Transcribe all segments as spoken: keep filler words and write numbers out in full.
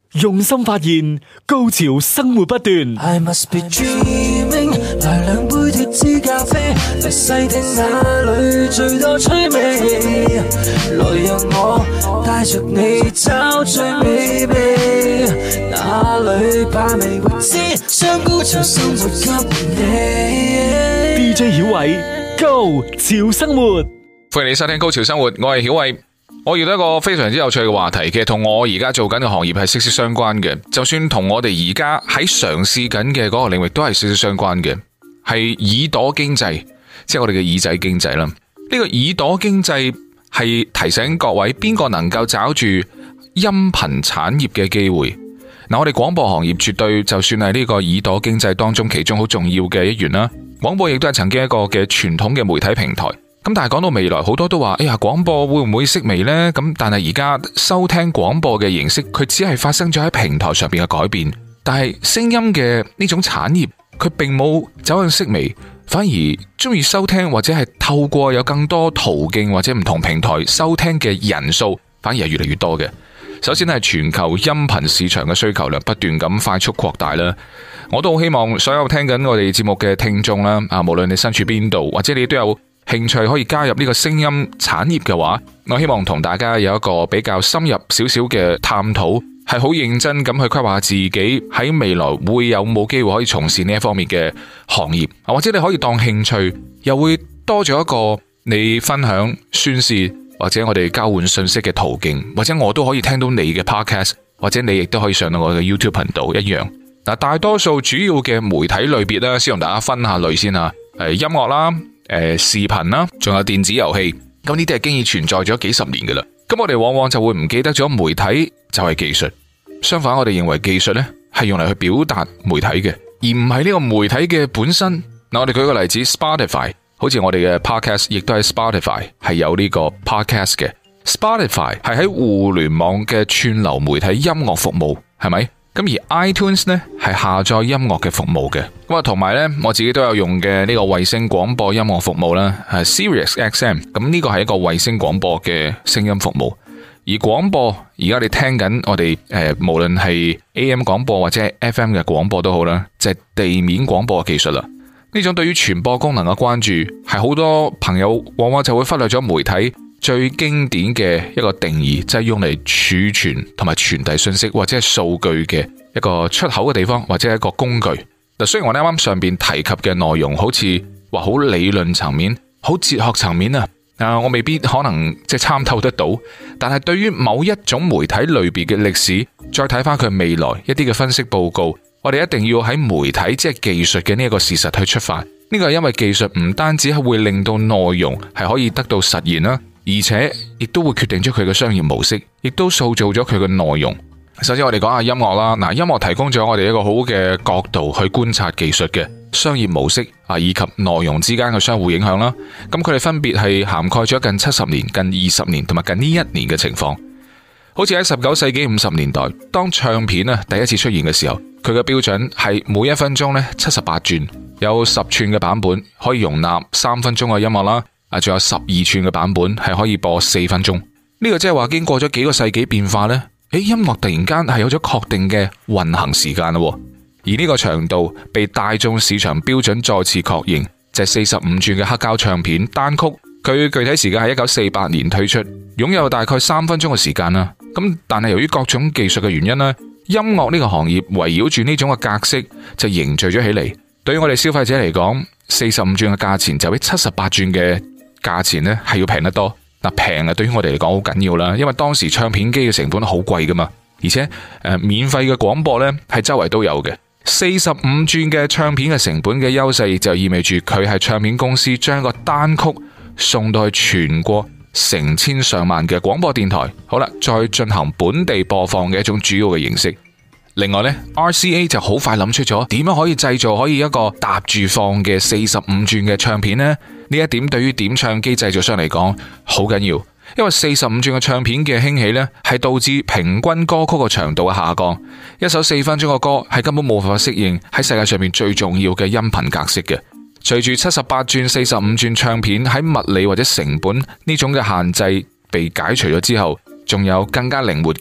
用心發現，高潮生活不斷。 I must be dreaming， 來兩杯脫脂咖啡，嚟細聽哪裏最多趣味，來讓我帶着你找最美味，哪裏把味未知，將高潮生活給你。 D J 曉偉，高潮生活， 歡迎你收聽高潮生活，我係曉偉。我遇到一個非常之有趣嘅話題，其實同我而家做緊嘅行業係息息相關嘅。就算同我哋而家喺嘗試緊嘅嗰個領域都係息息相關嘅，係耳朵經濟，即係我哋嘅耳仔經濟啦。呢個耳朵經濟係提醒各位邊個能夠找住音頻產業嘅機會。嗱，我哋廣播行業絕對就算係呢個耳朵經濟當中其中好重要嘅一員啦。廣播亦都係曾經一個嘅傳統嘅媒體平台。咁但係講到未來，好多都話，哎呀，廣播會唔會式微呢？咁但係而家收聽廣播嘅形式，佢只係發生咗喺平台上邊嘅改變，但係聲音嘅呢種產業，佢並冇走向式微，反而中意收聽或者係透過有更多途徑或者唔同平台收聽嘅人數，反而係越嚟越多嘅。首先係全球音頻市場嘅需求量不斷咁快速擴大啦。我都好希望所有聽緊我哋節目嘅聽眾啦，啊，無論你身處邊度，或者你都有興趣可以加入呢個聲音產業嘅話，我希望同大家有一個比較深入少少嘅探討，係好認真咁去規劃自己喺未來會有冇機會可以從事呢一方面嘅行業，或者你可以當興趣，又會多咗一個你分享宣洩或者我哋交換信息嘅途徑，或者我都可以聽到你嘅 podcast， 或者你亦都可以上到我嘅 YouTube 頻道一樣。嗱，大多數主要嘅媒體類別咧，先同大家分下類先吓，誒，音樂啦。誒、呃，視頻啦，仲有電子遊戲，咁呢啲係經已存在咗幾十年噶啦。咁我哋往往就會唔記得咗媒體就係技術，相反我哋認為技術呢係用嚟去表達媒體嘅，而唔係呢個媒體嘅本身。嗱，我哋舉個例子 ，Spotify， 好似我哋嘅 podcast 亦都係 Spotify 係有呢個 podcast 嘅。Spotify 係喺互聯網嘅串流媒體音樂服務，係咪？咁而 iTunes 呢係下載音樂嘅服務嘅，咁啊同埋呢我自己都有用嘅呢個衛星廣播音樂服務啦，係 Sirius X M， 咁呢個係一個衛星廣播嘅聲音服務。而廣播而家你聽緊我哋誒、呃，無論係 A M 廣播或者係 F M 嘅廣播都好啦，就係、是、地面廣播嘅技術啦。呢種對於傳播功能嘅關注，係好多朋友往往就會忽略咗媒體最經典嘅一個定義，就係用嚟儲存同埋傳遞信息或者係數據嘅一個出口嘅地方，或者係一個工具。嗱，雖然我哋啱啱上邊提及嘅內容好似話好理論層面、好哲學層面啊，啊，我未必可能即係參透得到。但係對於某一種媒體類別嘅歷史，再睇翻佢未來一啲嘅分析報告，我哋一定要喺媒體即係技術嘅呢一個事實去出發。呢個係因為技術唔單止係會令到內容係可以得到實現啦，而且亦都會決定咗佢嘅商業模式，亦都塑造咗佢嘅內容。首先我哋講下音樂啦，嗱，音樂提供咗我哋一個好嘅角度去觀察技術嘅商業模式啊，以及內容之間嘅相互影響啦。咁佢哋分別係涵蓋咗近七十年、近二十年同埋近呢一年嘅情況。好似喺十九世紀五十年代，當唱片啊第一次出現嘅時候，佢嘅標準係每一分鐘咧七十八轉，有十寸嘅版本可以容納三分鐘嘅音樂啦。啊，仲有十二寸嘅版本係可以播四分鐘。呢個即係話經過咗幾個世紀變化呢，誒，音樂突然間係有咗確定嘅運行時間咯。而呢個長度被大眾市場標準再次確認，就係四十五寸嘅黑膠唱片單曲。佢具體時間係一九四八年推出，擁有大概三分鐘嘅時間啦。咁但係由於各種技術嘅原因呢，音樂呢個行業圍繞住呢種嘅格式就凝聚咗起嚟。對於我哋消費者嚟講，四十五寸嘅價錢就比七十八寸嘅價錢咧係要平得多。嗱，平啊對於我哋嚟講好緊要啦，因為當時唱片機嘅成本好貴噶嘛，而且誒、呃、免費嘅廣播咧係周圍都有嘅。四十五寸嘅唱片嘅成本嘅優勢就意味住佢係唱片公司將個單曲送到去全國成千上萬嘅廣播電台，好啦，再進行本地播放嘅一種主要嘅形式。另外呢 R C A 就好快諗出咗點樣可以製造可以一個搭住放嘅四十五寸嘅唱片呢？呢一點對於點唱機製造商嚟講好緊要，因為四十五寸嘅唱片嘅興起呢，係導致平均歌曲嘅長度嘅下降。一首四分鐘嘅歌係根本冇辦法適應喺世界上面最重要嘅音頻格式嘅。隨住七十八寸、四十五寸唱片喺物理或者成本呢種嘅限制被解除咗之後，仲有更加靈活嘅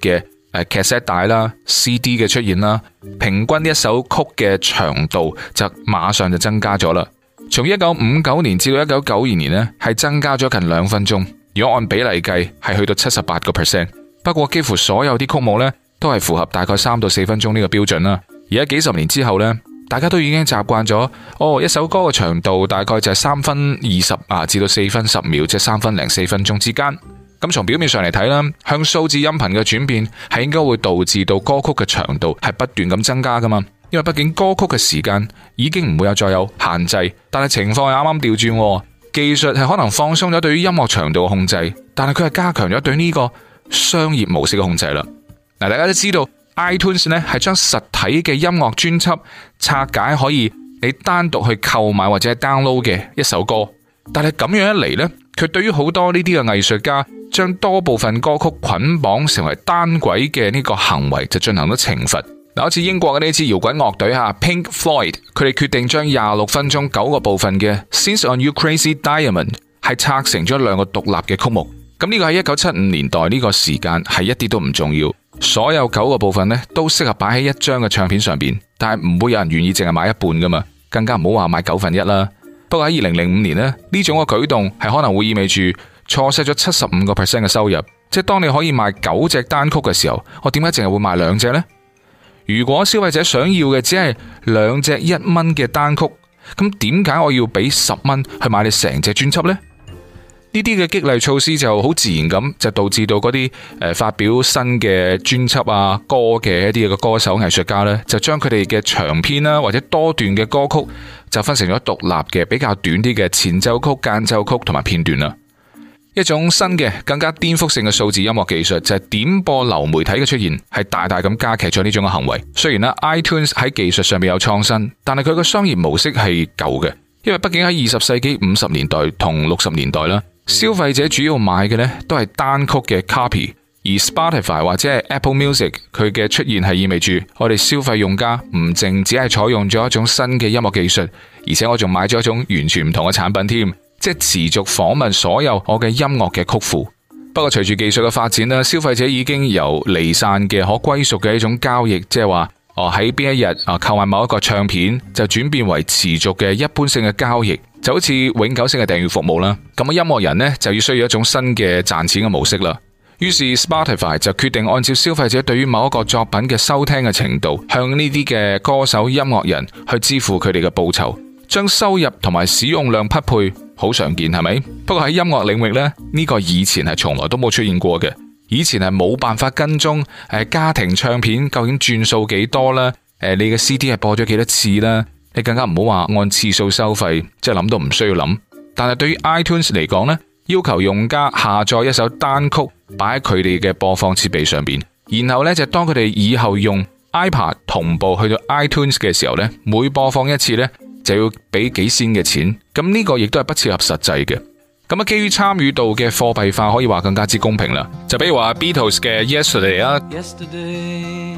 誒 cassette 帶啦、C D 嘅出現啦，平均一首曲嘅長度就馬上就增加咗啦。從一九五九年至到一九九二年呢，係增加咗近兩分鐘。如果按比例計，係去到七十八個 percent。不過幾乎所有啲曲目呢，都係符合大概三到四分鐘呢個標準啦。而喺幾十年之後呢，大家都已經習慣咗，哦，一首歌嘅長度大概就係三分二十啊至到四分十秒，即係三分零四分鐘之間。咁從表面上嚟睇啦，向數字音頻嘅轉變係應該會導致到歌曲嘅長度係不斷咁增加噶嘛。因為畢竟歌曲嘅時間已經唔會有再有限制，但係情況係啱啱調轉，技術係可能放鬆咗對於音樂長度嘅控制，但係佢係加強咗對呢個商業模式嘅控制啦。嗱，大家都知道 iTunes 呢係將實體嘅音樂專輯拆解，可以你單獨去購買或者 download 嘅一首歌，但係咁樣一嚟呢，佢對於好多呢啲嘅藝術家將多部分歌曲捆綁成為單軌嘅呢個行為就進行咗懲罰。嗱，好似英國嘅呢支搖滾樂隊吓 Pink Floyd， 佢哋決定將廿六分鐘九個部分嘅 Since on You Crazy Diamond 係拆成咗兩個獨立嘅曲目。咁呢個喺一九七五年代呢個時間係一啲都唔重要，所有九個部分呢都適合擺喺一張嘅唱片上邊，但係唔會有人願意淨係買一半噶嘛，更加唔好話買九分一啦。不過喺二零零五年呢，呢種嘅舉動係可能會意味住錯失咗七十五個 percent 嘅收入，即係當你可以賣九隻單曲嘅時候，我點解淨係會賣兩隻呢？如果消費者想要嘅只係兩隻一蚊嘅單曲，咁點解我要俾十蚊去買你成隻專輯呢？呢啲嘅激勵措施就好自然咁就導致到嗰啲誒發表新嘅專輯啊歌嘅一啲嘅歌手藝術家呢，就將佢哋嘅長篇啦或者多段嘅歌曲就分成咗獨立嘅比較短啲嘅前奏曲、間奏曲同埋片段啦。一種新嘅更加顛覆性嘅數字音樂技術就係點播流媒體嘅出現，係大大咁加劇咗呢種嘅行為。雖然咧 iTunes 喺技術上面有創新，但係佢個商業模式係舊嘅，因為畢竟喺二十世紀五十年代同六十年代啦，消費者主要買嘅呢都係單曲嘅 copy， 而 Spotify 或者係 Apple Music 佢嘅出現係意味住我哋消費用家唔淨只係採用咗一種新嘅音樂技術，而且我仲買咗一種完全唔同嘅產品添。即係持續訪問所有我嘅音樂嘅曲庫。不過隨住技術嘅發展啦，消費者已經由離散嘅可歸屬嘅一種交易，即係話哦喺邊一日啊購買某一個唱片，就轉變為持續嘅一般性嘅交易，就好似永久性嘅訂閱服務啦。咁啊，音樂人呢就要需要一種新嘅賺錢嘅模式啦。於是 Spotify 就決定按照消費者對於某一個作品嘅收聽嘅程度，向呢啲嘅歌手、音樂人去支付佢哋嘅報酬，將收入同埋使用量匹配。好常見係咪？不過喺音樂領域呢，呢個以前係從來都冇出現過嘅。以前係冇辦法跟蹤誒家庭唱片究竟轉數幾多啦，誒你嘅 C D 係播咗幾多次啦，你更加唔好話按次數收費，即係諗都唔需要諗。但係對於 iTunes 嚟講呢，要求用家下載一首單曲擺喺佢哋嘅播放設備上邊，然後呢，就當佢哋以後用 iPad 同步去到 iTunes 嘅時候呢，每播放一次呢，就要俾幾仙嘅錢，咁呢個亦都係不切合實際嘅。咁啊，基於參與度嘅貨幣化可以話更加之公平啦。就比如話 Beatles 嘅 Yesterday 啊， Yesterday,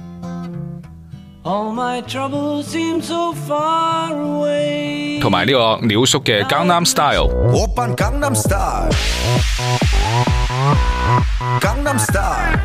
all my troubles seem so far away， 同埋呢個鳥叔嘅 Gangnam Style。 오빤 Gangnam Style， Gangnam Style。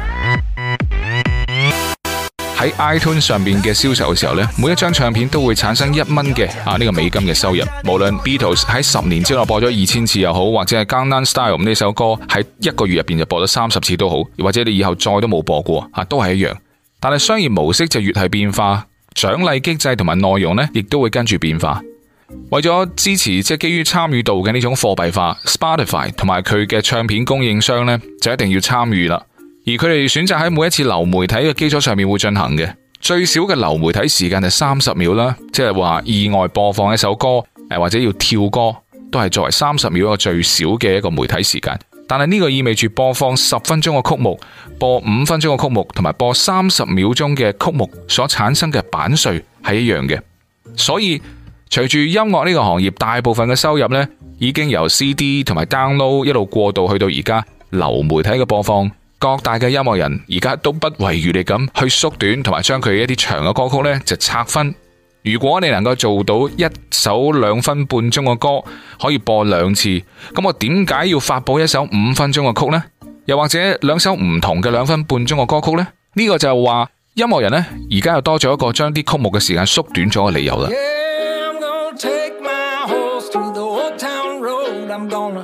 喺 iTunes 上邊嘅銷售嘅時候呢，每一張唱片都會產生一蚊嘅啊呢個美金嘅收入。無論 Beatles 喺十年之內播咗二千次又好，或者係 Gangnam Style 呢首歌喺一個月入邊就播咗三十次都好，或者你以後再都冇播過啊，都係一樣。但係商業模式就越係變化，獎勵機制同埋內容呢亦都會跟住變化。為咗支持即係基於參與度嘅呢種貨幣化 ，Spotify 同埋佢嘅唱片供應商呢就一定要參與啦。而佢哋選擇喺每一次流媒體嘅基礎上面會進行嘅，最少嘅流媒體時間係三十秒啦，即係話意外播放一首歌，誒或者要跳歌，都係作為三十秒一個最少嘅一個媒體時間。但係呢個意味住播放十分鐘嘅曲目、播五分鐘嘅曲目同埋播三十秒鐘嘅曲目所產生嘅版稅係一樣嘅。所以隨住音樂呢個行業大部分嘅收入呢，已經由 C D 同埋 download 一路過渡去到而家流媒體嘅播放。各大嘅音樂人而家都不遺餘力咁去縮短同埋將佢一啲長嘅歌曲呢就拆分。如果你能夠做到一首兩分半鐘嘅歌可以播兩次，咁我點解要發佈一首五分鐘嘅曲呢？又或者兩首唔同嘅兩分半鐘嘅歌曲呢？ 呢個就係話音樂人呢，而家又多咗一個將啲曲目嘅時間縮短咗嘅理由啦。 Yeah, I'm gonna take my horse to the old town road. I'm gonna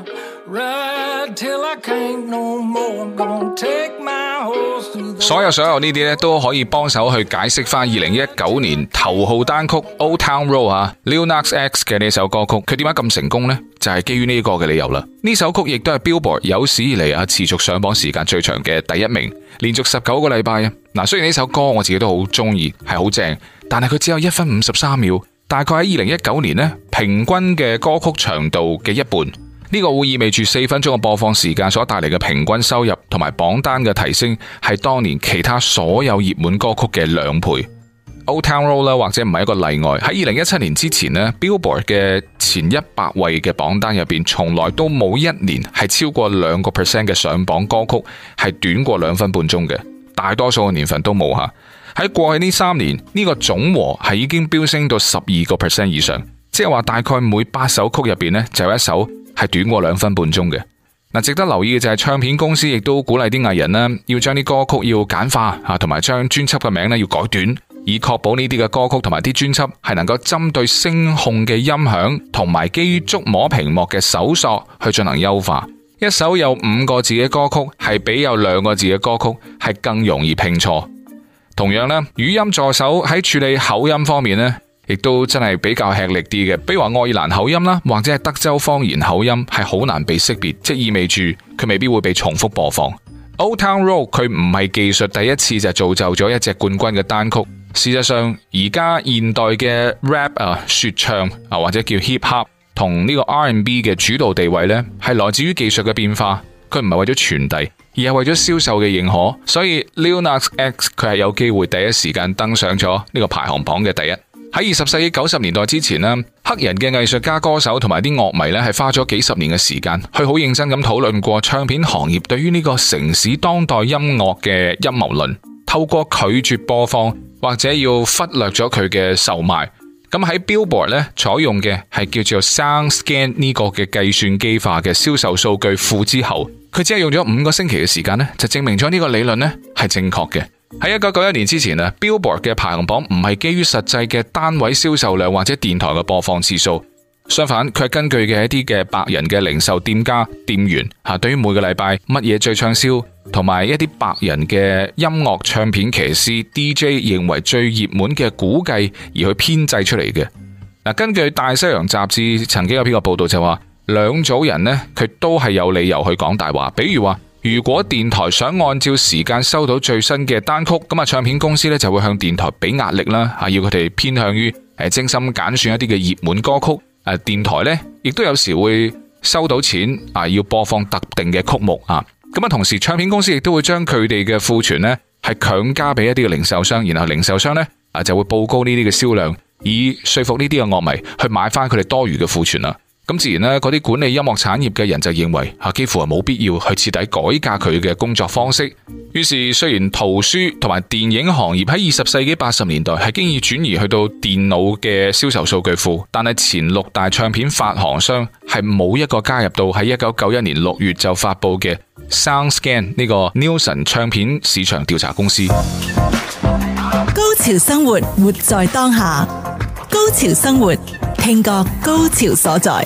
ride till I can't no more. I'm gonna take my horse to the 所有所有呢啲咧都可以幫手去解釋翻二零一九年頭號單曲 Old Town Road 啊 Lil Nas X 嘅呢首歌曲，佢點解咁成功呢？就係基於呢個嘅理由啦。呢首曲亦都係 Billboard 有史以嚟啊持續上榜時間最長嘅第一名，連續十九個禮拜啊。嗱，雖然呢首歌我自己都好中意，係好正，但係佢只有一分五十三秒，大概喺二零一九年呢平均嘅歌曲長度嘅一半。呢個會意味住四分鐘嘅播放時間所帶嚟嘅平均收入同埋榜單嘅提升，係當年其他所有熱門歌曲嘅兩倍。Old Town Road 啦，或者唔係一個例外。喺二零一七年之前呢 Billboard 嘅前一百位嘅榜單入邊，從來都冇一年係超過兩個 percent 嘅上榜歌曲係短過兩分半鐘嘅，大多數嘅年份都冇吓。喺過去呢三年，呢個總和係已經飆升到十二個 percent 以上，即係話大概每八首曲入邊呢，就有一首係短過兩分半鐘嘅。嗱，值得留意嘅就係唱片公司亦都鼓勵啲藝人呢，要將啲歌曲要簡化啊，同埋將專輯嘅名呢要改短，以確保呢啲嘅歌曲同埋啲專輯係能夠針對聲控嘅音響同埋基於觸摸屏幕嘅搜索去進行優化。一首有五個字嘅歌曲係比有兩個字嘅歌曲係更容易拼錯。同樣呢，語音助手喺處理口音方面呢，亦都真係比較吃力啲嘅，比如話愛爾蘭口音啦，或者係德州方言口音係好難被識別，即意味住佢未必會被重複播放。Old Town Road 佢唔係技術第一次就造就咗一隻冠軍嘅單曲，事實上而家現代嘅 rap 啊說唱啊或者叫 hip hop 同呢個 R and B 嘅主導地位呢，係來自於技術嘅變化，佢唔係為咗傳遞，而係為咗銷售嘅認可，所以 Lil Nas X 佢係有機會第一時間登上咗呢個排行榜嘅第一。喺二十世紀九十年代之前呢，黑人嘅藝術家、歌手同埋啲樂迷呢，係花咗幾十年嘅時間，去好認真咁討論過唱片行業對於呢個城市當代音樂嘅陰謀論，透過拒絕播放或者要忽略咗佢嘅售賣。咁喺 Billboard 呢，採用嘅係叫做 SoundScan 呢個嘅計算機化嘅銷售數據庫之後，佢只係用咗五個星期嘅時間呢，就證明咗呢個理論呢係正確嘅。喺一九九一年之前啊 Billboard 嘅排行榜唔係基於實際嘅單位銷售量或者電台嘅播放次數，相反佢係根據嘅一啲嘅白人嘅零售店家店員吓，對於每個禮拜乜嘢最暢銷，同埋一啲白人嘅音樂唱片騎師 D J 認為最熱門嘅估計而去編製出嚟嘅。嗱，根據大西洋雜誌曾經有篇個報道就話，兩組人呢，佢都係有理由去講大話，比如話，如果電台想按照時間收到最新嘅單曲，咁啊唱片公司咧就會向電台俾壓力啦，啊要佢哋偏向於誒精心揀選一啲嘅熱門歌曲。誒電台咧亦都有時會收到錢啊，要播放特定嘅曲目啊。咁啊同時唱片公司亦都會將佢哋嘅庫存咧係強加俾一啲嘅零售商，然後零售商咧啊就會報高呢啲嘅銷量，以說服呢啲嘅樂迷去買翻佢哋多餘嘅庫存啦。咁自然呢，嗰啲管理音樂產業嘅人就認為啊，幾乎係冇必要去徹底改革佢嘅工作方式。於是，雖然圖書同埋電影行業喺二十世紀八十年代係經已轉移去到電腦嘅銷售數據庫，但係前六大唱片發行商係冇一個加入到喺一九九一年六月就發佈嘅 SoundScan 呢個 Nielsen 唱片市場調查公司。 高潮生活，活在當下。高潮生活，聽覺高潮所在。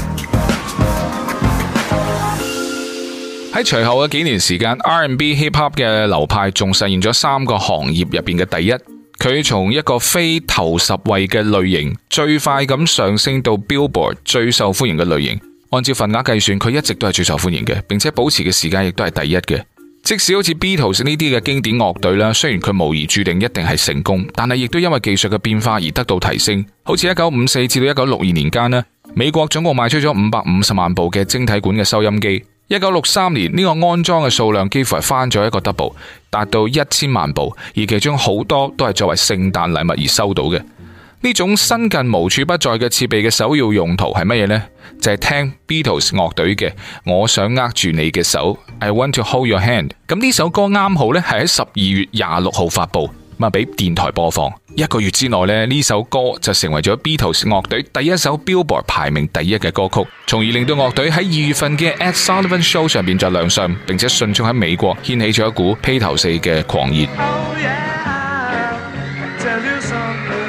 喺隨後嘅幾年時間 R and B Hip Hop 嘅流派仲實現咗三個行業入邊嘅第一。佢從一個非頭十位嘅類型，最快咁上升到 Billboard 最受歡迎嘅類型。按照份額計算，佢一直都係最受歡迎嘅，並且保持嘅時間亦都係第一嘅。即使好似 Beatles 呢啲嘅經典樂隊啦，雖然佢無疑注定一定係成功，但係亦都因為技術嘅變化而得到提升。好似一九五四至到一九六二年間呢，美國總共賣出咗五百五十萬部嘅晶體管嘅收音機。一九六三年呢個安裝嘅數量幾乎係翻咗一個 double， 達到一千萬部，而其中好多都係作為聖誕禮物而收到嘅。呢種新近無處不在嘅設備嘅首要用途係乜嘢呢？就係聽 Beatles 樂隊嘅我想握住你嘅手 I want to hold your hand。 咁呢首歌啱好咧係喺十二月廿六號發佈， 咁啊俾電台播放。一個月之內咧，呢首歌就成為咗 Beatles 樂隊第一首 Billboard 排名第一嘅歌曲，從而令到樂隊喺二月份嘅 Ed Sullivan Show 上邊再亮相，並且迅速喺美國掀起咗一股披頭四嘅狂熱。 Oh yeah, tell you something,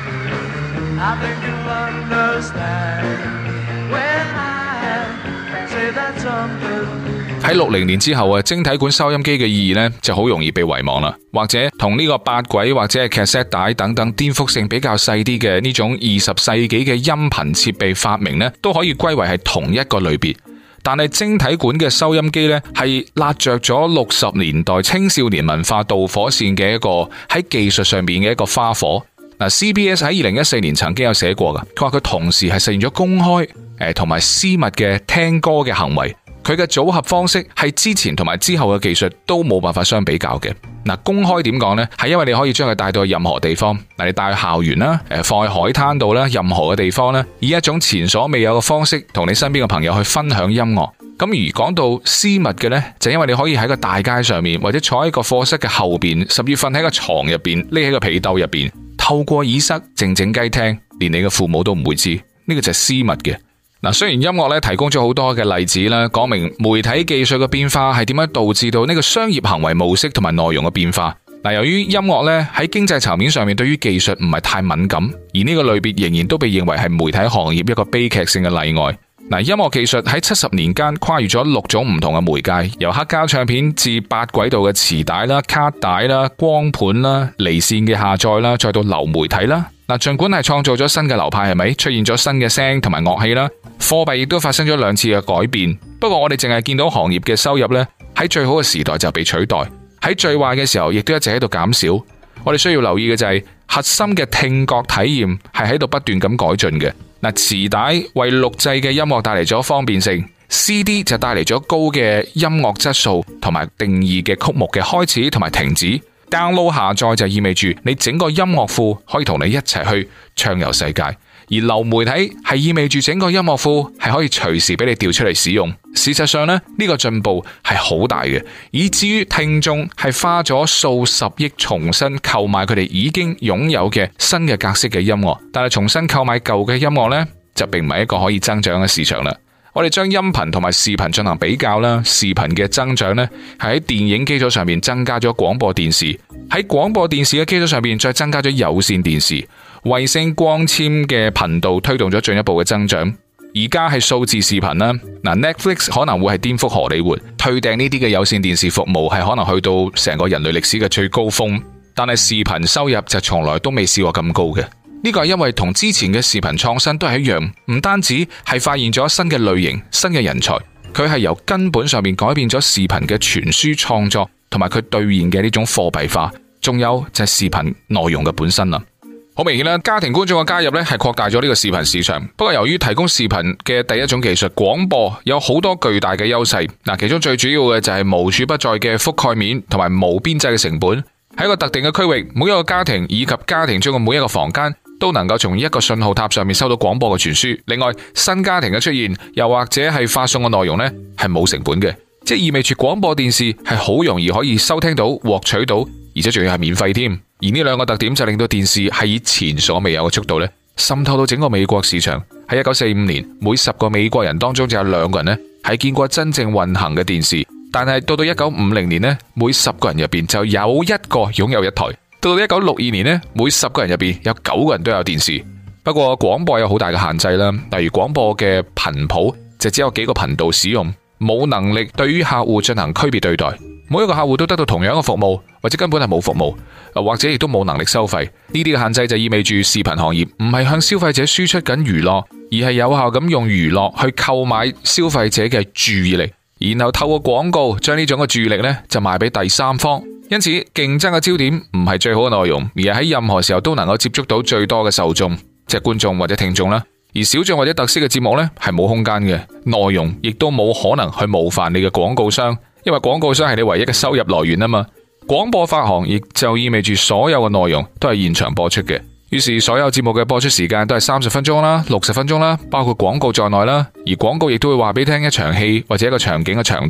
I think you'll understand when I say that something。 喺六零年之後啊，晶體管收音機嘅意義呢就好容易被遺忘啦，或者同呢個八軌或者係 cassette 帶等等顛覆性比較細啲嘅呢種二十世紀嘅音頻設備發明呢，都可以歸為係同一個類別。但係晶體管嘅收音機呢，係拉着咗六十年代青少年文化導火線嘅一個喺技術上面嘅一個花火。嗱 ，C B S 喺二零一四年曾經有寫過噶，佢話佢同時係實現咗公開誒同埋私密嘅聽歌嘅行為。佢嘅組合方式係之前同埋之後嘅技術都冇辦法相比較嘅。嗱，公開點講呢？係因為你可以將佢帶到去任何地方，嗱，你帶去校園啦，誒，放喺海灘度啦，任何嘅地方啦，以一種前所未有嘅方式同你身邊嘅朋友去分享音樂。咁而講到私密嘅呢，就因為你可以喺個大街上面，或者坐喺個課室嘅後邊，甚至瞓喺個床入邊，匿喺個被竇入邊，透過耳塞靜靜雞聽，連你嘅父母都唔會知。呢個就係私密嘅。嗱，雖然音樂咧提供咗好多嘅例子啦，講明媒體技術嘅變化係點樣導致到呢個商業行為模式同埋內容嘅變化。嗱，由於音樂咧喺經濟層面上面對於技術唔係太敏感，而呢個類別仍然都被認為係媒體行業一個悲劇性嘅例外。嗱，音樂技術喺七十年間跨越咗六種唔同嘅媒介，由黑膠唱片至八軌道嘅磁帶啦、卡帶啦、光盤啦、離線嘅下載啦，再到流媒體啦。嗱，盡管係創造咗新嘅流派，係咪出現咗新嘅聲同埋樂器啦？貨幣亦都發生咗兩次嘅改變。不過我哋淨係見到行業嘅收入呢，喺最好嘅時代就被取代，喺最壞嘅時候亦都一直喺度減少。我哋需要留意嘅就係核心嘅聽覺體驗係喺度不斷咁改進嘅。嗱，磁帶為錄製嘅音樂帶嚟咗方便性， C D 就帶嚟咗高嘅音樂質素同埋定義嘅曲目嘅開始同埋停止。download 下載就意味住你整個音樂庫可以同你一齊去暢遊世界，而流媒體係意味住整個音樂庫係可以隨時俾你調出嚟使用。事實上呢，呢個進步係好大嘅，以至於聽眾係花咗數十億重新購買佢哋已經擁有嘅新嘅格式嘅音樂，但係重新購買舊嘅音樂呢，就並唔係一個可以增長嘅市場啦。我哋將音頻同埋視頻進行比較啦，視頻嘅增長呢，係喺電影基礎上面增加咗廣播電視，喺廣播電視嘅基礎上面再增加咗有線電視，衛星光纖嘅頻道推動咗進一步嘅增長。而家係數字視頻啦，嗱 Netflix 可能會係顛覆荷里活，退訂呢啲嘅有線電視服務係可能去到成個人類歷史嘅最高峰，但係視頻收入就從來都未試過咁高嘅。呢個係因為同之前嘅視頻創新都係一樣，唔單止係發現咗新嘅類型、新嘅人才，佢係由根本上面改變咗視頻嘅傳輸創作同埋佢兌現嘅呢種貨幣化，仲有就係視頻內容嘅本身啦。好明顯啦，家庭觀眾嘅加入咧係擴大咗呢個視頻市場。不過由於提供視頻嘅第一種技術廣播有好多巨大嘅優勢，嗱，其中最主要嘅就係無處不在嘅覆蓋面同埋無邊際嘅成本。喺一個特定嘅區域，每一個家庭以及家庭中嘅每一個房間都能夠從一個信號塔上面收到廣播嘅傳輸。另外，新家庭嘅出現，又或者係發送嘅內容呢，係冇成本嘅，即係意味住廣播電視係好容易可以收聽到、獲取到，而且仲要係免費添。而呢兩個特點就令到電視係以前所未有嘅速度呢滲透到整個美國市場。喺一九四五年，每十個美國人當中就有兩個人呢係見過真正運行嘅電視，但係到到一九五零年呢，每十個人入邊就有一個擁有一台。到到一九六二年呢，每十個人入邊有九個人都有電視。不過廣播有好大嘅限制啦，例如廣播嘅頻譜就只有幾個頻道使用，冇能力對於客戶進行區別對待。每一個客戶都得到同樣嘅服務，或者根本係冇服務，或者亦都冇能力收費。呢啲嘅限制就意味住視頻行業唔係向消費者輸出緊娛樂，而係有效咁用娛樂去購買消費者嘅注意力，然後透過廣告將呢種嘅注意力呢就賣俾第三方。因此，競爭嘅焦點唔係最好嘅內容，而係喺任何時候都能夠接觸到最多嘅受眾，即係觀眾或者聽眾啦。而小眾或者特色嘅節目呢係冇空間嘅，內容亦都冇可能去冒犯你嘅廣告商。因為廣告商係你唯一嘅收入來源啊嘛，廣播發行亦就意味住所有嘅內容都係現場播出嘅，於是所有節目嘅播出時間都係三十分鐘啦、六十分鐘啦，包括廣告在內啦，而廣告亦都會話俾你聽一場戲或者一個場景嘅長度。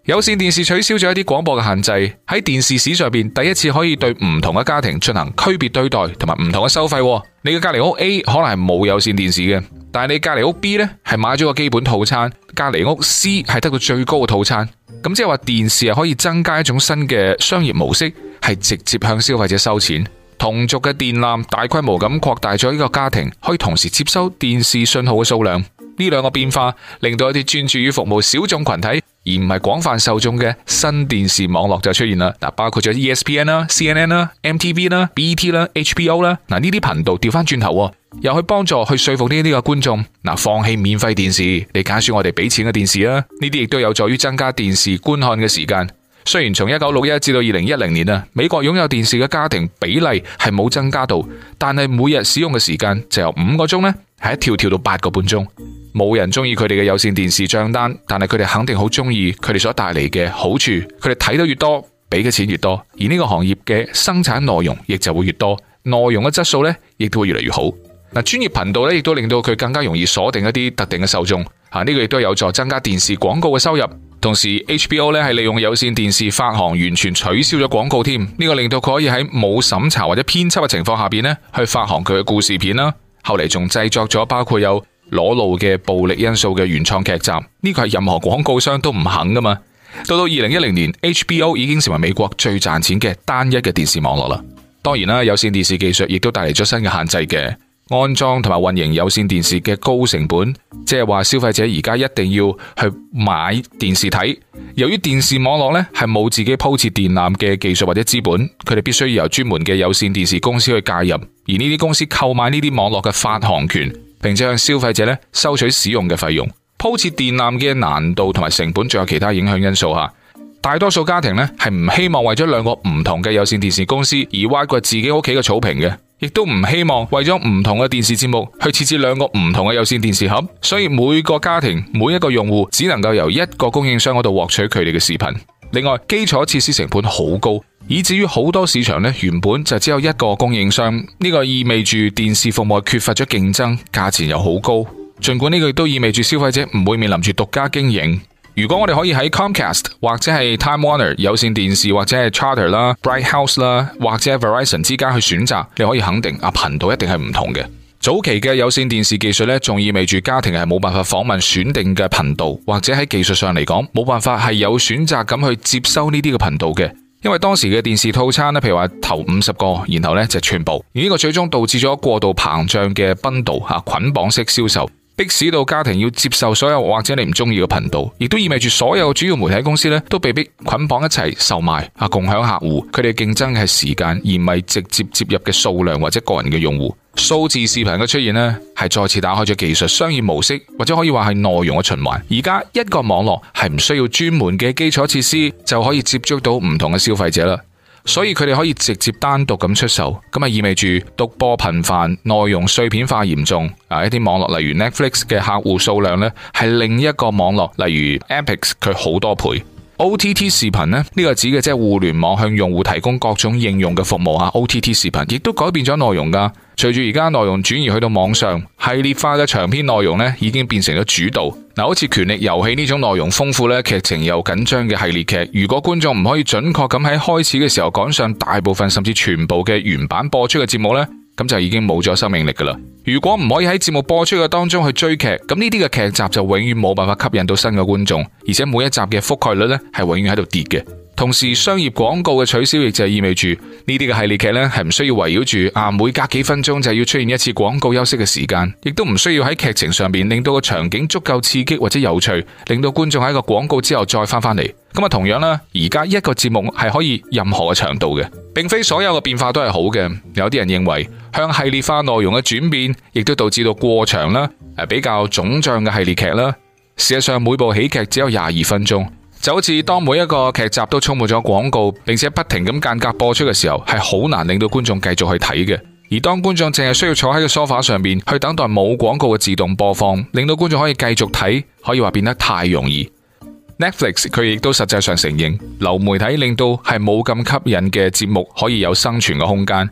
有線電視取消咗一啲廣播嘅限制，喺電視史上邊第一次可以對唔同嘅家庭進行區別對待同埋唔同嘅收費。你嘅隔籬屋 A 可能係冇有線電視嘅，但係你隔籬屋 B 呢係買咗個基本套餐，隔籬屋 C 係得到最高嘅套餐。咁即係話電視係可以增加一種新嘅商業模式，係直接向消費者收錢。同族嘅電纜大規模咁擴大咗呢個家庭可以同時接收電視信號嘅數量。呢兩個變化令到一啲專注於服務小眾群體而唔係廣泛受眾嘅新電視網絡就出現啦。嗱，包括咗 E S P N 啦、C N N 啦、M T V 啦、B E T 啦、H B O 啦。嗱，呢啲頻道調翻轉頭，又去幫助去說服呢啲嘅觀眾，嗱，放棄免費電視，你揀選我哋俾錢嘅電視啦。呢啲亦都有助於增加電視觀看嘅時間。雖然從一九六一至到二零一零年啊，美國擁有電視嘅家庭比例係冇增加到，但係每日使用嘅時間就由五個鐘呢，係一跳跳到八個半鐘。冇人中意佢哋嘅有線電視賬單，但係佢哋肯定好中意佢哋所帶嚟嘅好處。佢哋睇得越多，俾嘅錢越多，而呢個行業嘅生產內容亦就會越多，內容嘅質素呢亦都會越嚟越好。嗱，專業頻道呢亦都令到佢更加容易鎖定一啲特定嘅受眾。吓，呢個亦都有助增加電視廣告嘅收入。同時 H B O 呢係利用有線電視發行完全取消咗廣告添，呢個令到佢可以喺冇審查或者編輯嘅情況下邊呢去發行佢嘅故事片啦。後嚟仲製作咗包括有裸露嘅暴力因素嘅原創劇集，呢個係任何廣告商都唔肯噶嘛。到到二零一零年 H B O 已經成為美國最賺錢嘅單一嘅電視網絡啦。當然啦，有線電視技術亦都帶嚟咗新嘅限制嘅，安裝同埋運營有線電視嘅高成本，即係話消費者而家一定要去買電視睇。由於電視網絡呢係冇自己鋪設電纜嘅技術或者資本，佢哋必須要由專門嘅有線電視公司去介入，而呢啲公司購買呢啲網絡嘅發行權，並且向消費者咧收取使用嘅費用。鋪設電纜嘅難度同埋成本，仲有其他影響因素吓。大多數家庭咧係唔希望為咗兩個唔同嘅有線電視公司而挖掘自己屋企嘅草坪嘅，亦都唔希望為咗唔同嘅電視節目去設置兩個唔同嘅有線電視盒。所以每個家庭每一個用戶只能夠由一個供應商嗰度獲取佢哋嘅視頻。另外，基礎設施成本好高，以至於好多市場咧原本就只有一個供應商，呢個意味住電視服務缺乏咗競爭，價錢又好高。盡管呢個亦都意味住消費者唔會面臨住獨家經營。如果我哋可以喺 Comcast 或者係 Time Warner 有線電視或者係 Charter 啦、Bright House 啦或者 Verizon 之間去選擇，你可以肯定啊頻道一定係唔同嘅。早期嘅有線電視技術咧，仲意味住家庭係冇辦法訪問選定嘅頻道，或者喺技術上嚟講冇辦法係有選擇咁去接收呢啲嘅頻道嘅。因為當時嘅電視套餐咧，譬如話頭五十個，然後咧就全部，而呢個最終導致咗過度膨脹嘅bundle吓捆綁式銷售，迫使到家庭要接受所有或者你唔中意嘅頻道，亦都意味住所有主要媒體公司咧都被逼捆綁一齊售賣啊，共享客戶。佢哋競爭嘅係時間，而唔係直接接入嘅數量或者個人嘅用戶。數字視頻嘅出現呢，係再次打開咗技術商業模式，或者可以話係內容嘅循環。而家一個網絡係唔需要專門嘅基礎設施就可以接觸到唔同嘅消費者啦，所以佢哋可以直接單獨咁出售，咁啊意味住獨播頻繁、內容碎片化嚴重啊！一啲網絡例如 Netflix 嘅客戶數量呢，係另一個網絡例如 Epix 佢好多倍。O T T 視頻呢，呢、呢個指嘅即係互聯網向用戶提供各種應用嘅服務啊。O T T 視頻亦都改變咗內容噶，隨住而家內容轉移去到網上，系列化嘅長篇內容呢已經變成咗主導。嗱，好似權力遊戲呢種內容豐富咧、劇情又緊張嘅系列劇，如果觀眾唔可以準確咁喺開始嘅時候趕上大部分甚至全部嘅原版播出嘅節目呢，咁就已經冇咗生命力噶啦。如果唔可以喺節目播出嘅當中去追劇，咁呢啲嘅劇集就永遠冇辦法吸引到新嘅觀眾，而且每一集嘅覆蓋率呢係永遠喺度跌嘅。同時，商業廣告嘅取消亦就係意味住呢啲嘅系列劇呢係唔需要圍繞住啊每隔幾分鐘就要出現一次廣告休息嘅時間，亦都唔需要喺劇情上邊令到個場景足夠刺激或者有趣，令到觀眾喺個廣告之後再翻返嚟。咁啊，同樣啦，而家一個節目係可以任何嘅長度嘅，並非所有嘅變化都係好嘅。有啲人認為向系列化內容嘅轉變，亦都導致到過長啦，誒比較腫脹嘅系列劇啦。事實上，每部喜劇只有廿二分鐘。就好似當每一個劇集都充滿咗廣告，並且不停咁間隔播出嘅時候，係好難令到觀眾繼續去睇嘅。而當觀眾淨係需要坐喺個梳化上面去等待冇廣告嘅自動播放，令到觀眾可以繼續睇，可以話變得太容易。Netflix 佢亦都實際上承認，流媒體令到係冇咁吸引嘅節目可以有生存嘅空間。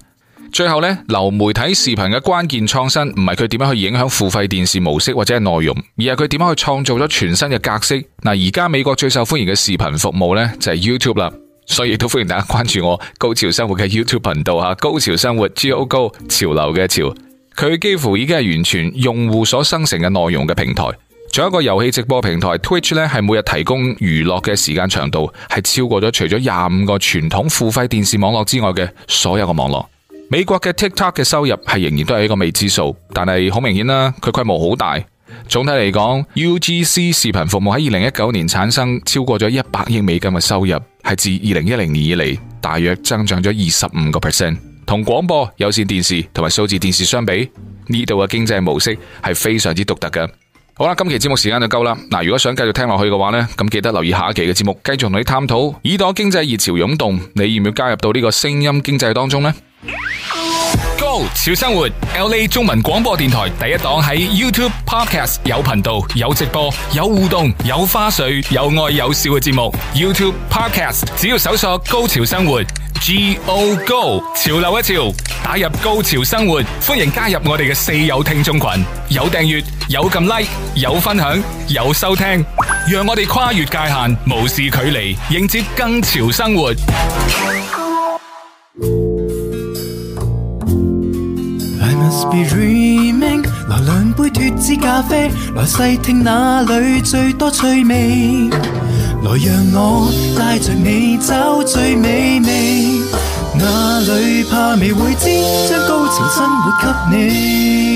最後呢，流媒體視頻嘅關鍵創新唔係佢點樣去影響付費電視模式或者係內容，而係佢點樣去創造咗全新嘅格式。嗱，而家美國最受歡迎嘅視頻服務呢，就係 YouTube 啦，所以亦都歡迎大家關注我高潮生活嘅 YouTube 頻道吓，高潮生活 G O 高潮流嘅潮，佢幾乎已經係完全用戶所生成嘅內容嘅平台。仲有一個遊戲直播平台 Twitch 咧，係每日提供娛樂嘅時間長度係超過咗除咗廿五個傳統付費電視網絡之外嘅所有嘅網絡。美國嘅 TikTok 嘅收入係仍然都係一個未知數，但係好明顯啦，佢規模好大。總體嚟講 U G C 視頻服務喺二零一九年產生超過咗一百億美金嘅收入，係自二零一零年以嚟大約增長咗二十五個 percent。同廣播、有線電視同埋數字電視相比，呢度嘅經濟模式係非常之獨特嘅。好啦，今期節目時間就夠啦。嗱，如果想繼續聽落去嘅話呢，咁記得留意下一期嘅節目，繼續同你探討耳朵經濟熱潮湧動，你要唔要加入到呢個聲音經濟當中呢？Go 潮生活 L A 中文廣播電台第一檔喺 YouTube Podcast 有頻道、有直播、有互動、有花絮、有愛有笑嘅節目。YouTube Podcast 只要搜索高潮生活 G O Go 潮流一潮，打入高潮生活，歡迎加入我哋嘅四友聽眾群，有訂閱、有撳 like、有分享、有收聽，讓我哋跨越界限，無視距離，迎接更潮生活。 I must be dreaming， 來兩杯脫脂咖啡，來細聽哪裏最多趣味，來讓我帶着你找最美味，哪裏怕未會知，將高潮生活給你。